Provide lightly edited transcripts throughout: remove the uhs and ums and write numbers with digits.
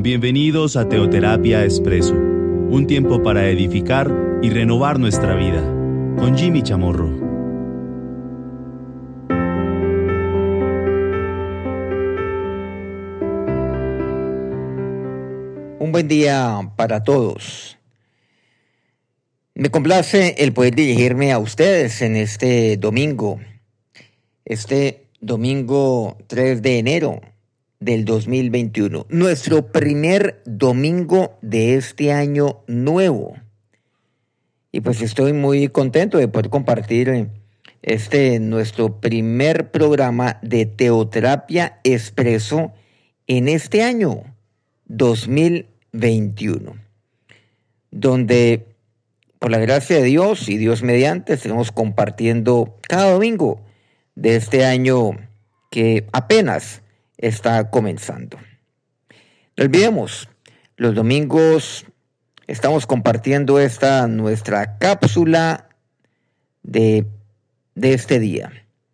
Bienvenidos a Teoterapia Expreso, un tiempo para edificar y renovar nuestra vida, con Jimmy Chamorro. Un buen día para todos. Me complace el poder dirigirme a ustedes en este domingo 3 de enero del 2021, nuestro primer domingo de este año nuevo. Y pues estoy muy contento de poder compartir nuestro primer programa de Teoterapia Expreso en este año 2021, donde por la gracia de Dios y Dios mediante estaremos compartiendo cada domingo de este año que apenas está comenzando. No olvidemos, los domingos estamos compartiendo nuestra cápsula de este día.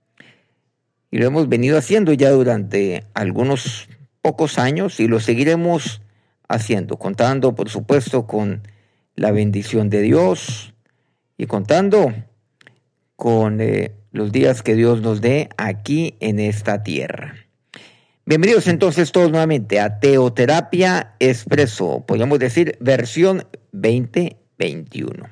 Y lo hemos venido haciendo ya durante algunos pocos años y lo seguiremos haciendo, contando por supuesto con la bendición de Dios y contando con los días que Dios nos dé aquí en esta tierra. Bienvenidos entonces todos nuevamente a Teoterapia Expreso, podríamos decir versión 2021.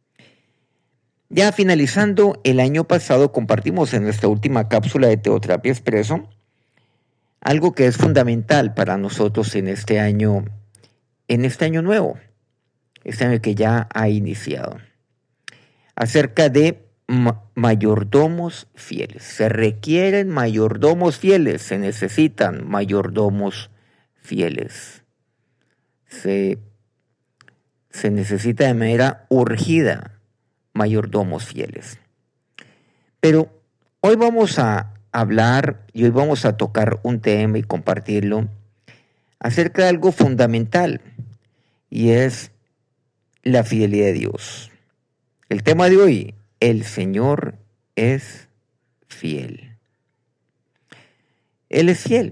Ya finalizando el año pasado, compartimos en nuestra última cápsula de Teoterapia Expreso algo que es fundamental para nosotros en este año nuevo, este año que ya ha iniciado, acerca de mayordomos fieles. Se requieren mayordomos fieles, se necesitan mayordomos fieles. Se necesita de manera urgida mayordomos fieles. Pero hoy vamos a hablar y hoy vamos a tocar un tema y compartirlo acerca de algo fundamental, y es la fidelidad de Dios. El tema de hoy: el Señor es fiel. Él es fiel.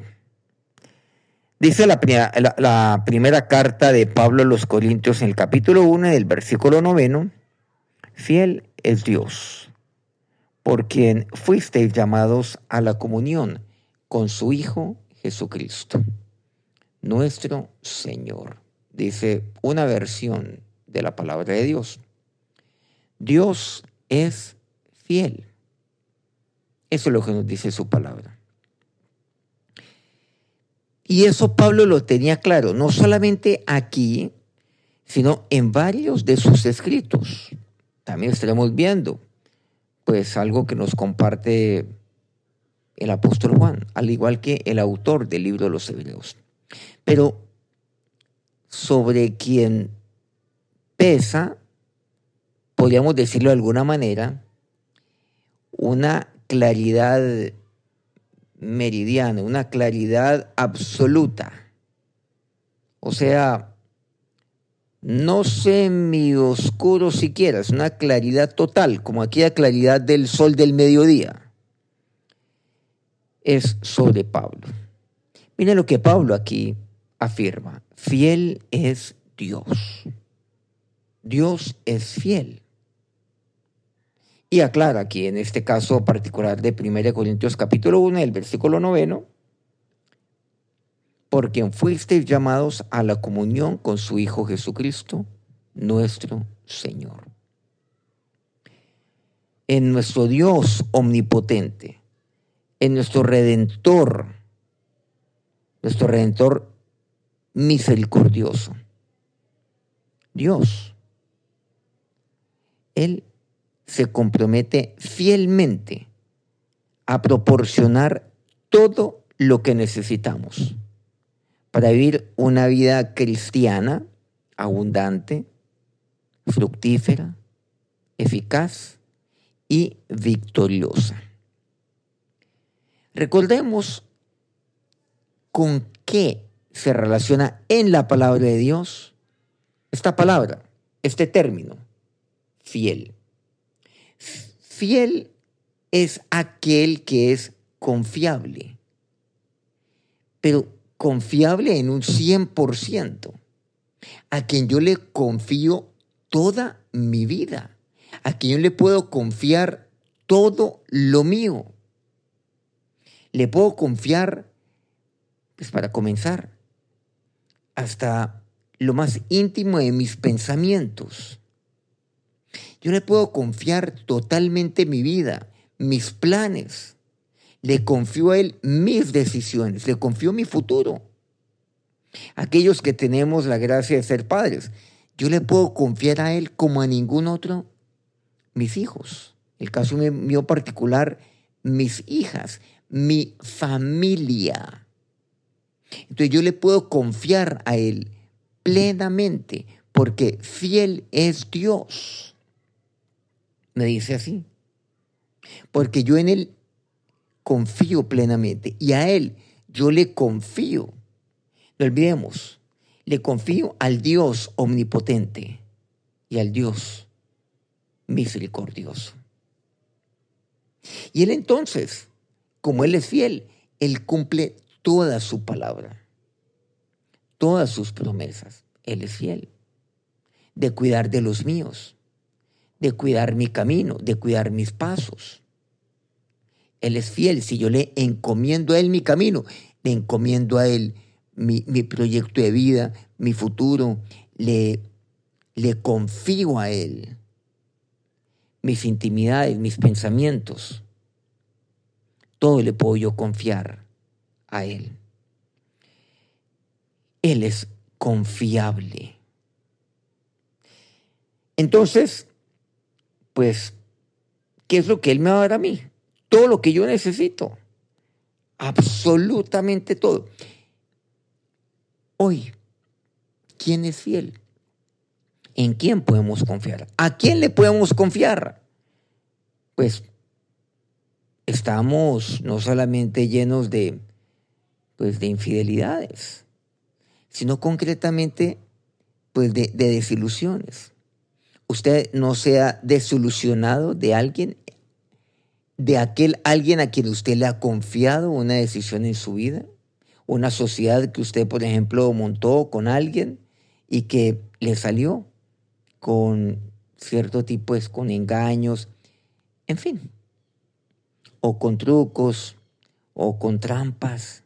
Dice la primera carta de Pablo a los Corintios en el capítulo 1, del versículo 9, fiel es Dios, por quien fuisteis llamados a la comunión con su Hijo Jesucristo, nuestro Señor. Dice una versión de la palabra de Dios. Dios es fiel. Eso es lo que nos dice su palabra. Y eso Pablo lo tenía claro, no solamente aquí, sino en varios de sus escritos. También estaremos viendo, pues, algo que nos comparte el apóstol Juan, al igual que el autor del libro de los Hebreos. Pero sobre quien pesa, podríamos decirlo de alguna manera, una claridad meridiana, una claridad absoluta. O sea, no semioscuro siquiera, es una claridad total, como aquella claridad del sol del mediodía. Es sobre Pablo. Miren lo que Pablo aquí afirma: fiel es Dios. Dios es fiel. Y aclara aquí, en este caso particular de 1 Corintios capítulo 1, el versículo 9, por quien fuisteis llamados a la comunión con su Hijo Jesucristo, nuestro Señor. En nuestro Dios omnipotente, en nuestro Redentor misericordioso, Dios, Él se compromete fielmente a proporcionar todo lo que necesitamos para vivir una vida cristiana abundante, fructífera, eficaz y victoriosa. Recordemos con qué se relaciona en la palabra de Dios esta palabra, este término, fiel. Fiel es aquel que es confiable. Pero confiable en un 100%, a quien yo le confío toda mi vida, a quien yo le puedo confiar todo lo mío. Le puedo confiar, pues para comenzar, hasta lo más íntimo de mis pensamientos. Yo le puedo confiar totalmente mi vida, mis planes. Le confío a Él mis decisiones, le confío mi futuro. Aquellos que tenemos la gracia de ser padres, yo le puedo confiar a Él como a ningún otro mis hijos. El caso mío particular, mis hijas, mi familia. Entonces yo le puedo confiar a Él plenamente porque fiel es Dios. Me dice así. Porque yo en Él confío plenamente y a Él yo le confío. No olvidemos, le confío al Dios omnipotente y al Dios misericordioso. Y Él entonces, como Él es fiel, Él cumple toda su palabra, todas sus promesas. Él es fiel de cuidar de los míos, de cuidar mi camino, de cuidar mis pasos. Él es fiel. Si yo le encomiendo a Él mi camino, le encomiendo a Él mi proyecto de vida, mi futuro, le confío a Él mis intimidades, mis pensamientos. Todo le puedo yo confiar a Él. Él es confiable. Entonces, pues, ¿qué es lo que Él me va a dar a mí? Todo lo que yo necesito. Absolutamente todo. Hoy, ¿quién es fiel? ¿En quién podemos confiar? ¿A quién le podemos confiar? Pues estamos no solamente llenos de infidelidades, sino concretamente de desilusiones. Usted no se ha desilusionado de alguien, de aquel alguien a quien usted le ha confiado una decisión en su vida, una sociedad que usted, por ejemplo, montó con alguien y que le salió con cierto tipo, con engaños, en fin, o con trucos, o con trampas.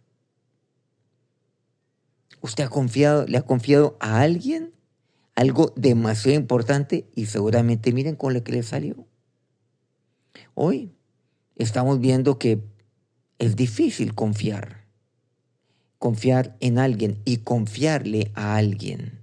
¿Usted le ha confiado a alguien algo demasiado importante y seguramente miren con lo que le salió? Hoy estamos viendo que es difícil confiar en alguien y confiarle a alguien.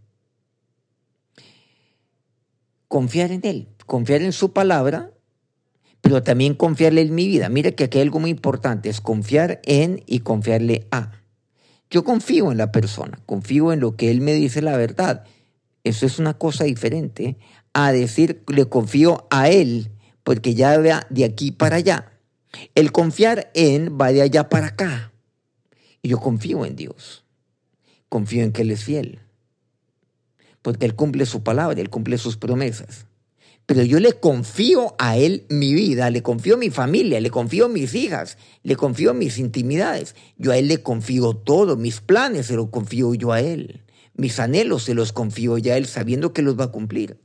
Confiar en Él, confiar en su palabra, pero también confiarle en mi vida. Mira que aquí hay algo muy importante, es confiar en y confiarle a. Yo confío en la persona, confío en lo que Él me dice la verdad. Eso es una cosa diferente a decir le confío a Él, porque ya va de aquí para allá. El confiar en va de allá para acá. Y yo confío en Dios, confío en que Él es fiel, porque Él cumple su palabra, Él cumple sus promesas. Pero yo le confío a Él mi vida, le confío mi familia, le confío mis hijas, le confío mis intimidades. Yo a Él le confío todo, mis planes se los confío yo a Él. Mis anhelos se los confío ya a Él sabiendo que los va a cumplir.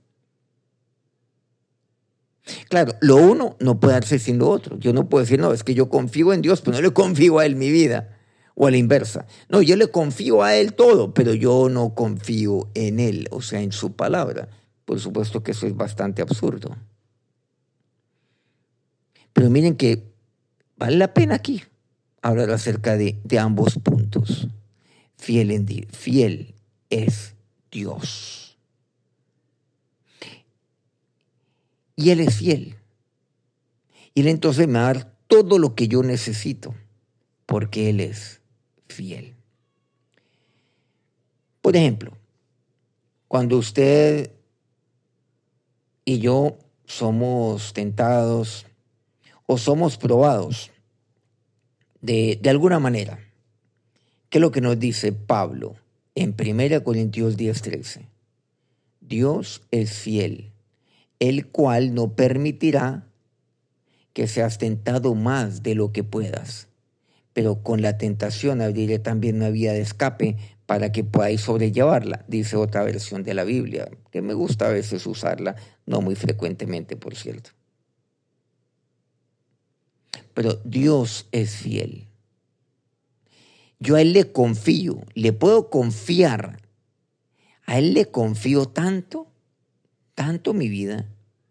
Claro, lo uno no puede darse sin lo otro. Yo no puedo decir, no, es que yo confío en Dios, pero no le confío a Él mi vida. O a la inversa. No, yo le confío a Él todo, pero yo no confío en Él, o sea, en su palabra. Por supuesto que eso es bastante absurdo. Pero miren que vale la pena aquí hablar acerca de ambos puntos. Fiel es Dios. Y Él es fiel. Y Él entonces me va a dar todo lo que yo necesito, porque Él es fiel. Por ejemplo, cuando usted y yo somos tentados o somos probados de alguna manera, ¿qué es lo que nos dice Pablo en 1 Corintios 10:13? Dios es fiel, el cual no permitirá que seas tentado más de lo que puedas, pero con la tentación abriré también una vía de escape para que podáis sobrellevarla, dice otra versión de la Biblia, que me gusta a veces usarla, no muy frecuentemente, por cierto. Pero Dios es fiel. Yo a Él le confío, le puedo confiar. A Él le confío tanto, tanto mi vida,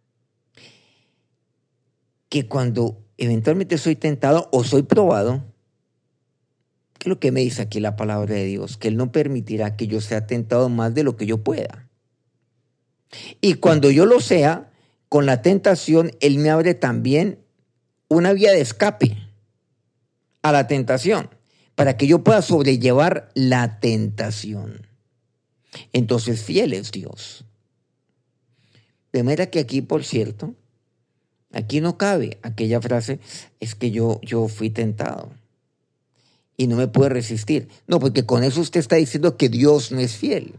que cuando eventualmente soy tentado o soy probado, ¿qué es lo que me dice aquí la palabra de Dios? Que Él no permitirá que yo sea tentado más de lo que yo pueda. Y cuando yo lo sea, con la tentación, Él me abre también una vía de escape a la tentación, para que yo pueda sobrellevar la tentación. Entonces, fiel es Dios. De manera que aquí, por cierto, aquí no cabe aquella frase, es que yo fui tentado y no me pude resistir. No, porque con eso usted está diciendo que Dios no es fiel.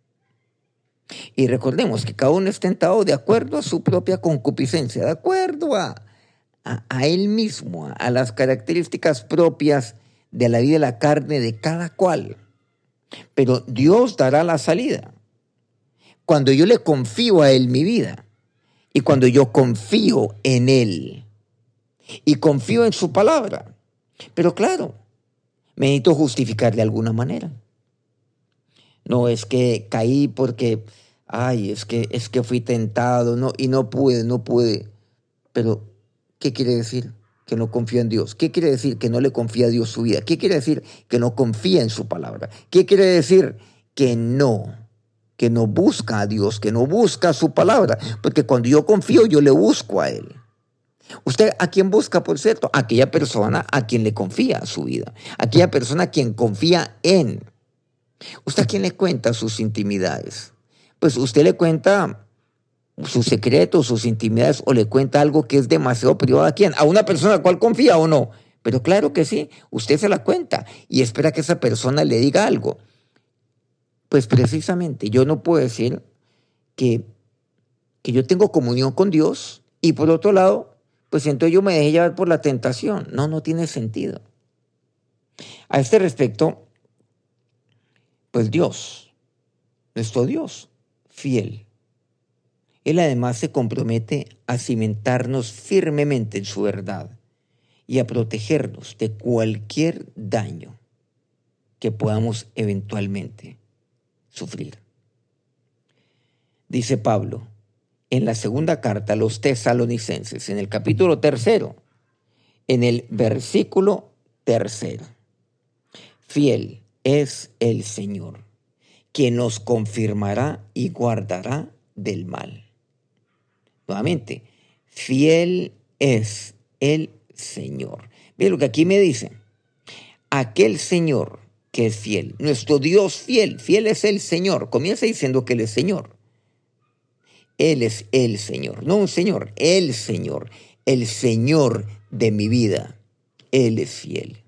Y recordemos que cada uno es tentado de acuerdo a su propia concupiscencia, de acuerdo a él mismo, a las características propias de la vida de la carne de cada cual. Pero Dios dará la salida. Cuando yo le confío a Él mi vida, y cuando yo confío en Él, y confío en su palabra. Pero claro, me necesito justificar de alguna manera. No es que caí porque, es que fui tentado, no, y no pude. Pero, ¿qué quiere decir? Que no confía en Dios. ¿Qué quiere decir? Que no le confía a Dios su vida. ¿Qué quiere decir? Que no confía en su palabra. ¿Qué quiere decir? Que no busca a Dios, que no busca su palabra. Porque cuando yo confío, yo le busco a Él. ¿Usted a quién busca, por cierto? A aquella persona a quien le confía su vida. A aquella persona a quien confía en. ¿Usted a quién le cuenta sus intimidades? Pues usted le cuenta sus secretos, sus intimidades, o le cuenta algo que es demasiado privado. ¿A quién? ¿A una persona a la cual confía o no? Pero claro que sí, usted se la cuenta y espera que esa persona le diga algo. Pues precisamente, yo no puedo decir que yo tengo comunión con Dios y por otro lado, pues entonces yo me dejé llevar por la tentación. No tiene sentido. A este respecto, pues Dios, nuestro Dios, fiel. Él además se compromete a cimentarnos firmemente en su verdad y a protegernos de cualquier daño que podamos eventualmente sufrir. Dice Pablo en la segunda carta a los Tesalonicenses, en el capítulo 3, en el versículo 3, fiel es el Señor, quien nos confirmará y guardará del mal. Nuevamente, fiel es el Señor. Ve lo que aquí me dice. Aquel Señor que es fiel, nuestro Dios fiel es el Señor. Comienza diciendo que Él es Señor. Él es el Señor, no un Señor, el Señor de mi vida. Él es fiel.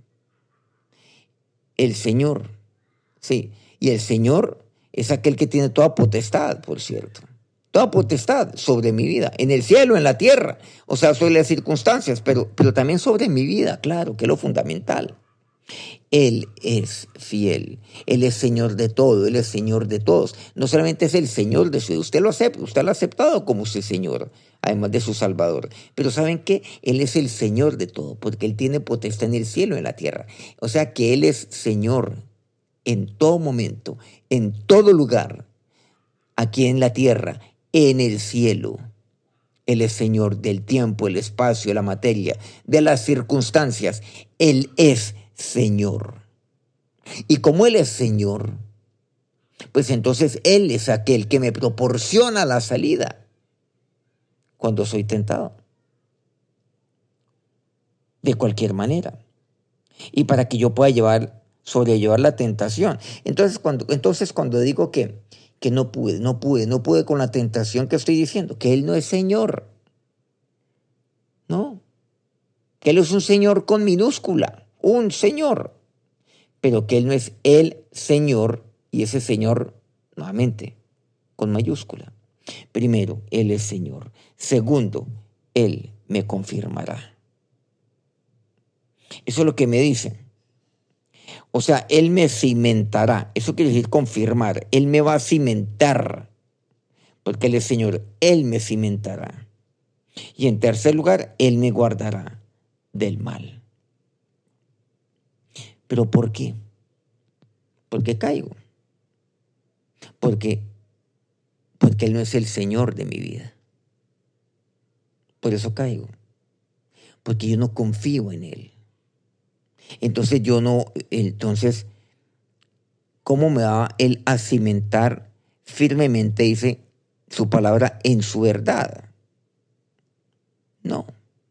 El Señor, sí. Y el Señor es aquel que tiene toda potestad, por cierto. Toda potestad sobre mi vida, en el cielo, en la tierra, o sea, sobre las circunstancias, pero también sobre mi vida, claro, que es lo fundamental. Él es fiel, Él es Señor de todo, Él es Señor de todos. No solamente es el Señor de su vida, usted lo acepta, usted lo ha aceptado como su Señor, además de su Salvador. Pero ¿saben qué? Él es el Señor de todo, porque Él tiene potestad en el cielo y en la tierra. O sea que Él es Señor en todo momento, en todo lugar, aquí en la tierra, en el cielo. Él es Señor del tiempo, el espacio, la materia, de las circunstancias. Él es Señor. Y como Él es Señor, pues entonces Él es aquel que me proporciona la salida cuando soy tentado. De cualquier manera. Y para que yo pueda sobrellevar la tentación. Entonces cuando digo que no pude con la tentación, que estoy diciendo que Él no es Señor. No. Que Él es un Señor con minúscula. Un Señor. Pero que Él no es el Señor, y ese Señor, nuevamente, con mayúscula. Primero, Él es Señor. Segundo, Él me confirmará. Eso es lo que me dice. O sea, Él me cimentará. Eso quiere decir confirmar. Él me va a cimentar, porque Él es Señor. Él me cimentará. Y en tercer lugar, Él me guardará del mal. ¿Pero por qué? Porque caigo. Porque, porque Él no es el Señor de mi vida. Por eso caigo. Porque yo no confío en Él. Entonces, ¿cómo me va Él a cimentar firmemente, dice su palabra, en su verdad? No.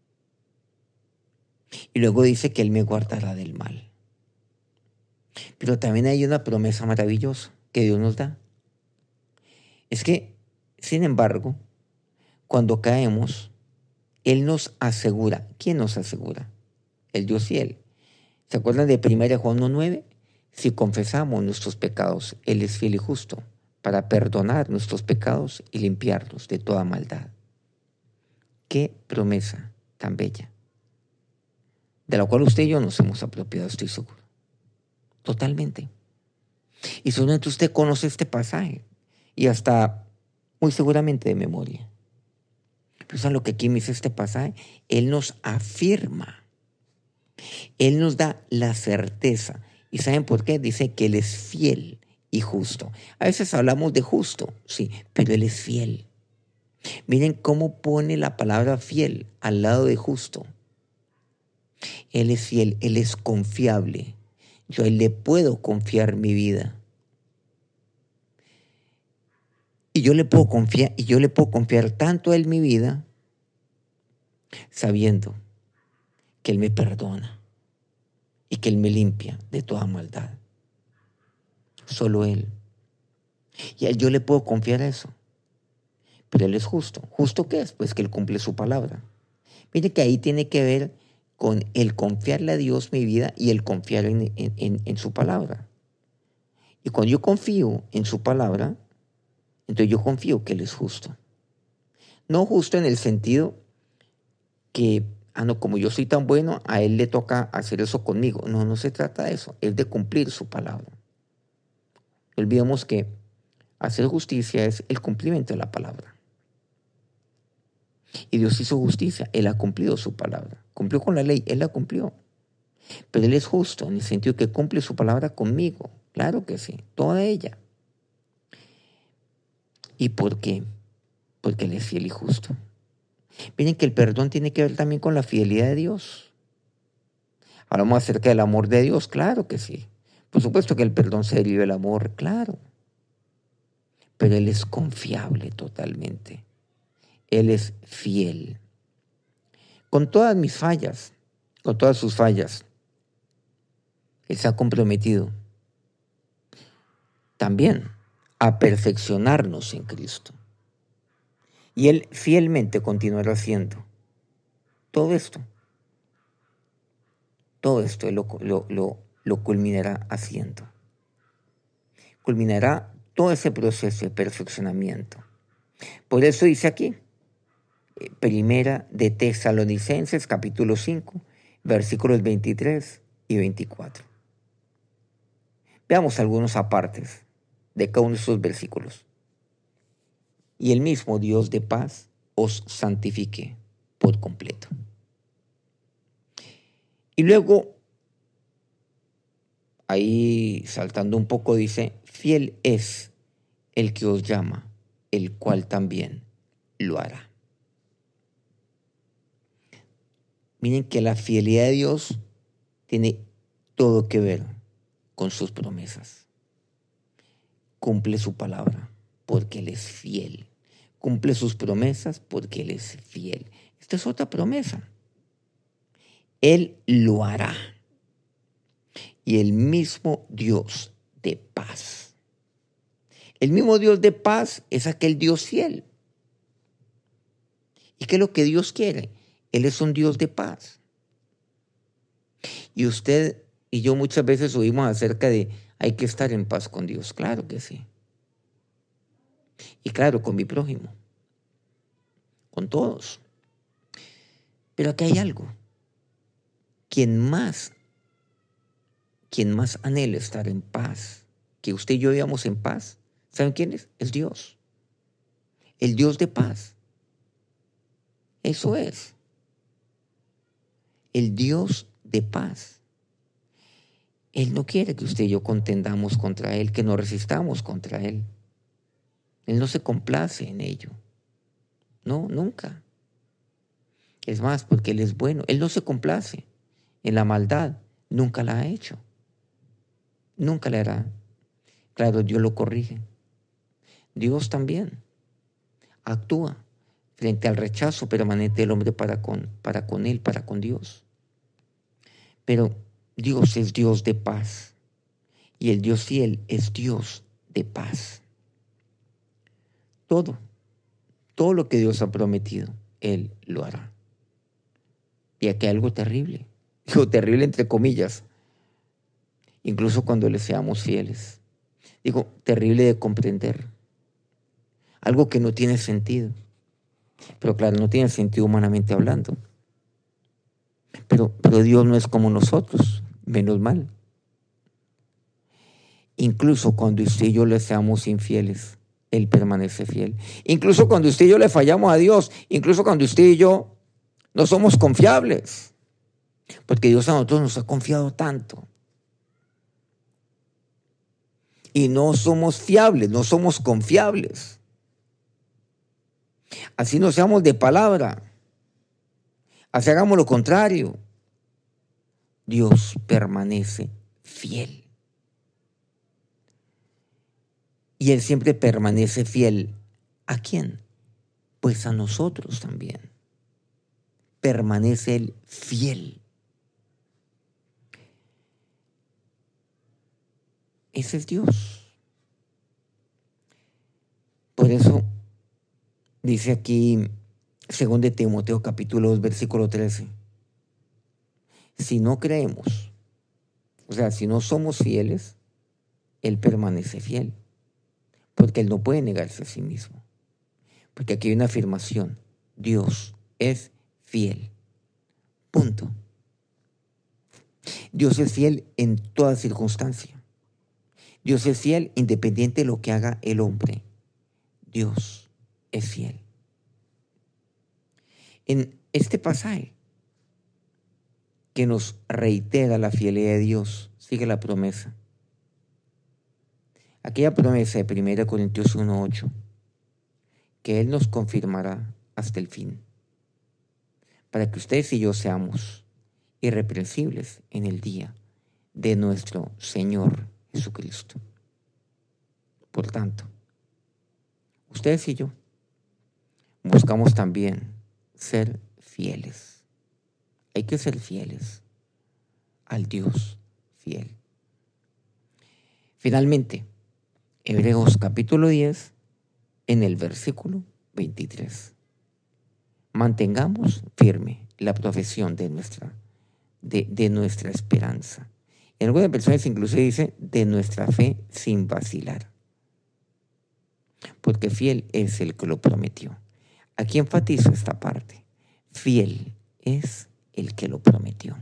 Y luego dice que Él me guardará del mal. Pero también hay una promesa maravillosa que Dios nos da. Es que, sin embargo, cuando caemos, Él nos asegura. ¿Quién nos asegura? El Dios fiel. ¿Se acuerdan de 1 Juan 1:9? Si confesamos nuestros pecados, Él es fiel y justo para perdonar nuestros pecados y limpiarnos de toda maldad. Qué promesa tan bella, de la cual usted y yo nos hemos apropiado, estoy seguro. Totalmente. Y solamente usted conoce este pasaje y hasta muy seguramente de memoria. Pero ¿saben lo que aquí me dice este pasaje? Él nos afirma. Él nos da la certeza. ¿Y saben por qué? Dice que Él es fiel y justo. A veces hablamos de justo, sí, pero Él es fiel. Miren cómo pone la palabra fiel al lado de justo. Él es fiel, Él es confiable. Yo a Él le puedo confiar mi vida. Y yo le puedo confiar tanto a Él mi vida, sabiendo que Él me perdona y que Él me limpia de toda maldad. Solo Él. Y a Él yo le puedo confiar eso. Pero Él es justo. ¿Justo qué es? Pues que Él cumple su palabra. Mire que ahí tiene que ver con el confiarle a Dios mi vida y el confiar en su palabra. Y cuando yo confío en su palabra, entonces yo confío que Él es justo. No justo en el sentido que, no, como yo soy tan bueno, a Él le toca hacer eso conmigo. No, no se trata de eso. Es de cumplir su palabra. Olvidemos que hacer justicia es el cumplimiento de la palabra. Y Dios hizo justicia. Él ha cumplido su palabra. Cumplió con la ley. Él la cumplió. Pero Él es justo en el sentido que cumple su palabra conmigo. Claro que sí. Toda ella. ¿Y por qué? Porque Él es fiel y justo. Miren que el perdón tiene que ver también con la fidelidad de Dios. Hablamos acerca del amor de Dios. Claro que sí. Por supuesto que el perdón se deriva del amor. Claro. Pero Él es confiable totalmente. Él es fiel. Con todas mis fallas, con todas sus fallas, Él se ha comprometido también a perfeccionarnos en Cristo. Y Él fielmente continuará haciendo todo esto. Todo esto Él lo culminará haciendo. Culminará todo ese proceso de perfeccionamiento. Por eso dice aquí, Primera de Tesalonicenses, capítulo 5, versículos 23 y 24. Veamos algunos apartes de cada uno de estos versículos. Y el mismo Dios de paz os santifique por completo. Y luego, ahí saltando un poco, dice, fiel es el que os llama, el cual también lo hará. Miren que la fidelidad de Dios tiene todo que ver con sus promesas. Cumple su palabra porque Él es fiel. Cumple sus promesas porque Él es fiel. Esta es otra promesa. Él lo hará. Y el mismo Dios de paz. El mismo Dios de paz es aquel Dios fiel. ¿Y qué es lo que Dios quiere? Él es un Dios de paz. Y usted y yo muchas veces oímos acerca de hay que estar en paz con Dios. Claro que sí. Y claro, con mi prójimo. Con todos. Pero aquí hay algo. Quien más quien más anhela estar en paz, que usted y yo vivamos en paz, ¿saben quién es? Es Dios, el Dios de paz. Eso es, el Dios de paz. Él no quiere que usted y yo contendamos contra Él, que nos resistamos contra Él. Él no se complace en ello. No, nunca. Es más, porque Él es bueno. Él no se complace en la maldad. Nunca la ha hecho. Nunca la hará. Claro, Dios lo corrige. Dios también actúa frente al rechazo permanente del hombre para con Él, para con Dios. Pero Dios es Dios de paz. Y el Dios fiel es Dios de paz. Todo lo que Dios ha prometido, Él lo hará. Y aquí hay algo terrible, digo terrible entre comillas, incluso cuando le seamos fieles. Digo, terrible de comprender, algo que no tiene sentido, pero claro, no tiene sentido humanamente hablando. Pero Dios no es como nosotros, menos mal. Incluso cuando usted y yo le seamos infieles, Él permanece fiel. Incluso cuando usted y yo le fallamos a Dios, incluso cuando usted y yo no somos confiables, porque Dios a nosotros nos ha confiado tanto. Y no somos fiables, no somos confiables. Así no seamos de palabra, así hagamos lo contrario. Dios permanece fiel. Y Él siempre permanece fiel. ¿A quién? Pues a nosotros también. Permanece Él fiel. Ese es Dios. Por eso dice aquí 2 de Timoteo capítulo 2 versículo 13. Si no creemos, o sea, si no somos fieles, Él permanece fiel. Porque Él no puede negarse a sí mismo. Porque aquí hay una afirmación. Dios es fiel. Punto. Dios es fiel en toda circunstancia. Dios es fiel independiente de lo que haga el hombre. Dios es fiel. En este pasaje que nos reitera la fidelidad de Dios, sigue la promesa. Aquella promesa de 1 Corintios 1:8, que Él nos confirmará hasta el fin, para que ustedes y yo seamos irreprensibles en el día de nuestro Señor Jesucristo. Por tanto, ustedes y yo buscamos también ser fieles. Hay que ser fieles al Dios fiel. Finalmente, Hebreos capítulo 10, en el versículo 23. Mantengamos firme la profesión de nuestra esperanza. En algunas versiones incluso dice de nuestra fe sin vacilar. Porque fiel es el que lo prometió. Aquí enfatizo esta parte. Fiel es el que lo prometió.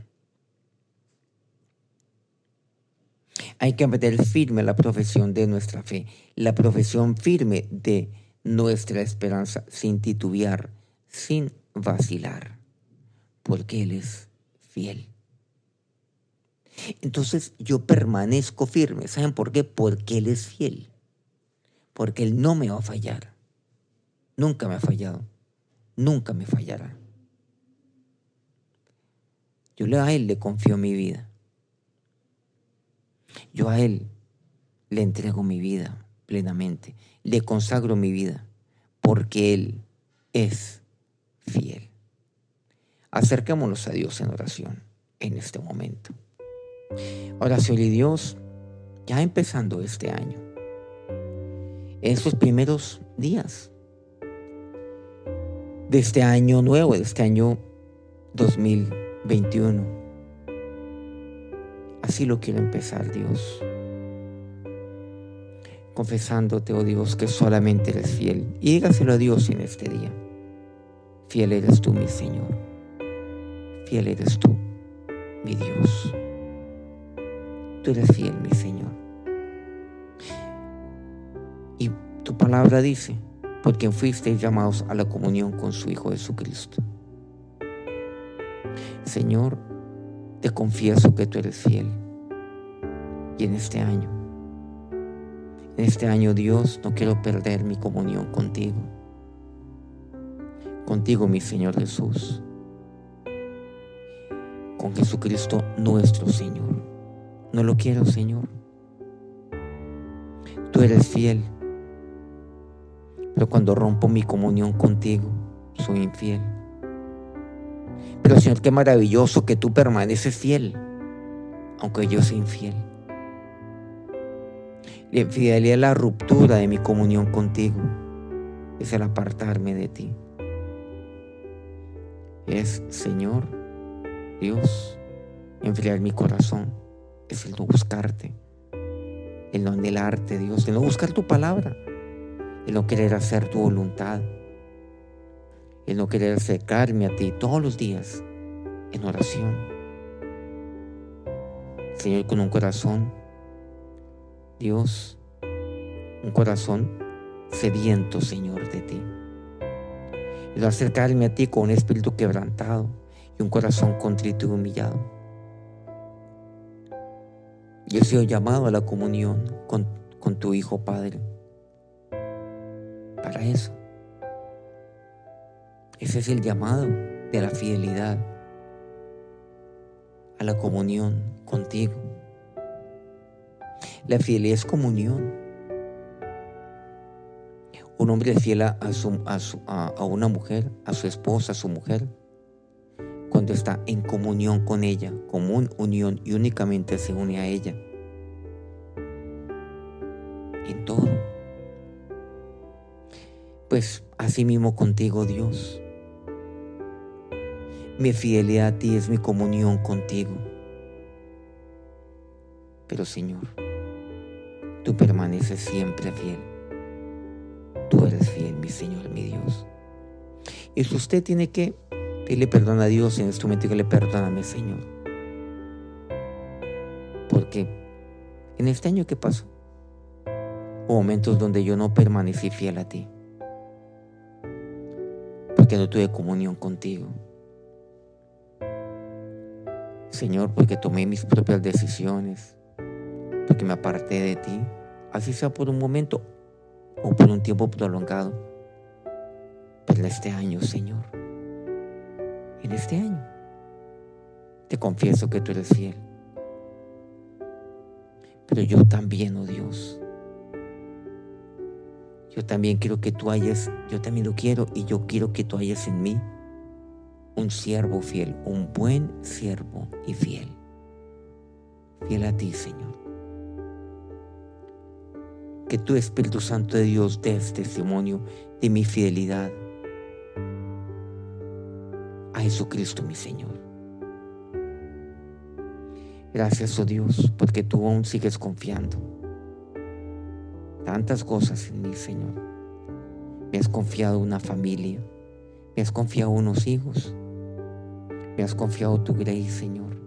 Hay que mantener firme la profesión de nuestra fe, la profesión firme de nuestra esperanza, sin titubear, sin vacilar, porque Él es fiel. Entonces yo permanezco firme. ¿Saben por qué? Porque Él es fiel. Porque Él no me va a fallar. Nunca me ha fallado. Nunca me fallará. Yo a Él le confío mi vida. Yo a Él le entrego mi vida plenamente. Le consagro mi vida. Porque Él es fiel. Acerquémonos a Dios en oración en este momento. Oración y Dios, ya empezando este año, estos primeros días de este año nuevo, de este año 2021. Así lo quiero empezar, Dios, confesándote, oh Dios, que solamente eres fiel. Y dígaselo a Dios en este día. Fiel eres tú, mi Señor. Fiel eres tú, mi Dios. Tú eres fiel, mi Señor. Y tu palabra dice, por quien fuisteis llamados a la comunión con su Hijo Jesucristo. Señor, te confieso que tú eres fiel. Y en este año, Dios, no quiero perder mi comunión contigo. Contigo, mi Señor Jesús. Con Jesucristo nuestro Señor. No lo quiero, Señor. Tú eres fiel. Pero cuando rompo mi comunión contigo, soy infiel. Pero Señor, qué maravilloso que tú permaneces fiel, aunque yo sea infiel. La infidelidad es la ruptura de mi comunión contigo. Es el apartarme de ti. Es, Señor, Dios, enfriar mi corazón. Es el no buscarte, el no anhelarte, Dios, el no buscar tu palabra, el no querer hacer tu voluntad, el no querer acercarme a ti todos los días en oración. Señor, con un corazón, Dios, un corazón sediento, Señor, de ti. El no acercarme a ti con un espíritu quebrantado y un corazón contrito y humillado. Yo he sido llamado a la comunión con tu Hijo, Padre. Para eso. Ese es el llamado de la fidelidad a la comunión contigo. La fidelidad es comunión. Un hombre es fiel a una mujer, a su esposa, a su mujer, cuando está en comunión con ella, común unión, y únicamente se une a ella. En todo. Pues así mismo contigo, Dios. Mi fidelidad a ti es mi comunión contigo. Pero Señor, tú permaneces siempre fiel. Tú eres fiel, mi Señor, mi Dios. Y si usted tiene que pedirle perdón a Dios en este momento, que le perdóname, Señor. Porque en este año que pasó, hubo momentos donde yo no permanecí fiel a ti. Porque no tuve comunión contigo. Señor, porque tomé mis propias decisiones, porque me aparté de ti, así sea por un momento o por un tiempo prolongado. Pero en este año, Señor, en este año, te confieso que tú eres fiel. Pero yo también, oh Dios, yo también quiero que tú hayas, yo también lo quiero, y yo quiero que tú hayas en mí un siervo fiel, un buen siervo y fiel. Fiel a ti, Señor. Que tu Espíritu Santo de Dios des testimonio de mi fidelidad a Jesucristo, mi Señor. Gracias, oh Dios, porque tú aún sigues confiando tantas cosas en mí, Señor. Me has confiado una familia, me has confiado unos hijos, me has confiado tu gracia, Señor.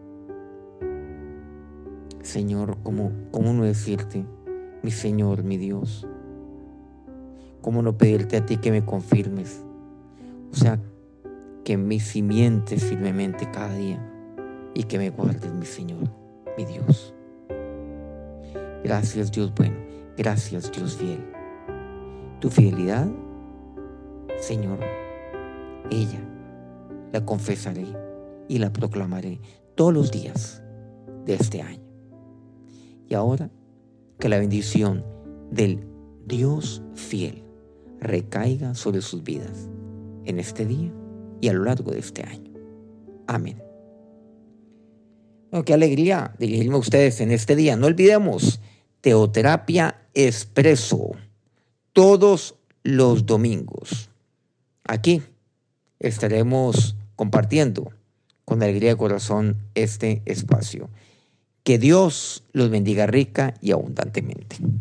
Señor, ¿cómo no decirte, mi Señor, mi Dios? ¿Cómo no pedirte a ti que me confirmes? O sea, que me simientes firmemente cada día y que me guardes, mi Señor, mi Dios. Gracias, Dios bueno. Gracias, Dios fiel. Tu fidelidad, Señor, ella la confesaré y la proclamaré todos los días de este año. Y ahora, que la bendición del Dios fiel recaiga sobre sus vidas en este día y a lo largo de este año. Amén. Bueno, qué alegría dirigirme a ustedes en este día. No olvidemos, Teoterapia Expreso, todos los domingos. Aquí estaremos compartiendo con alegría de corazón este espacio. Que Dios los bendiga rica y abundantemente.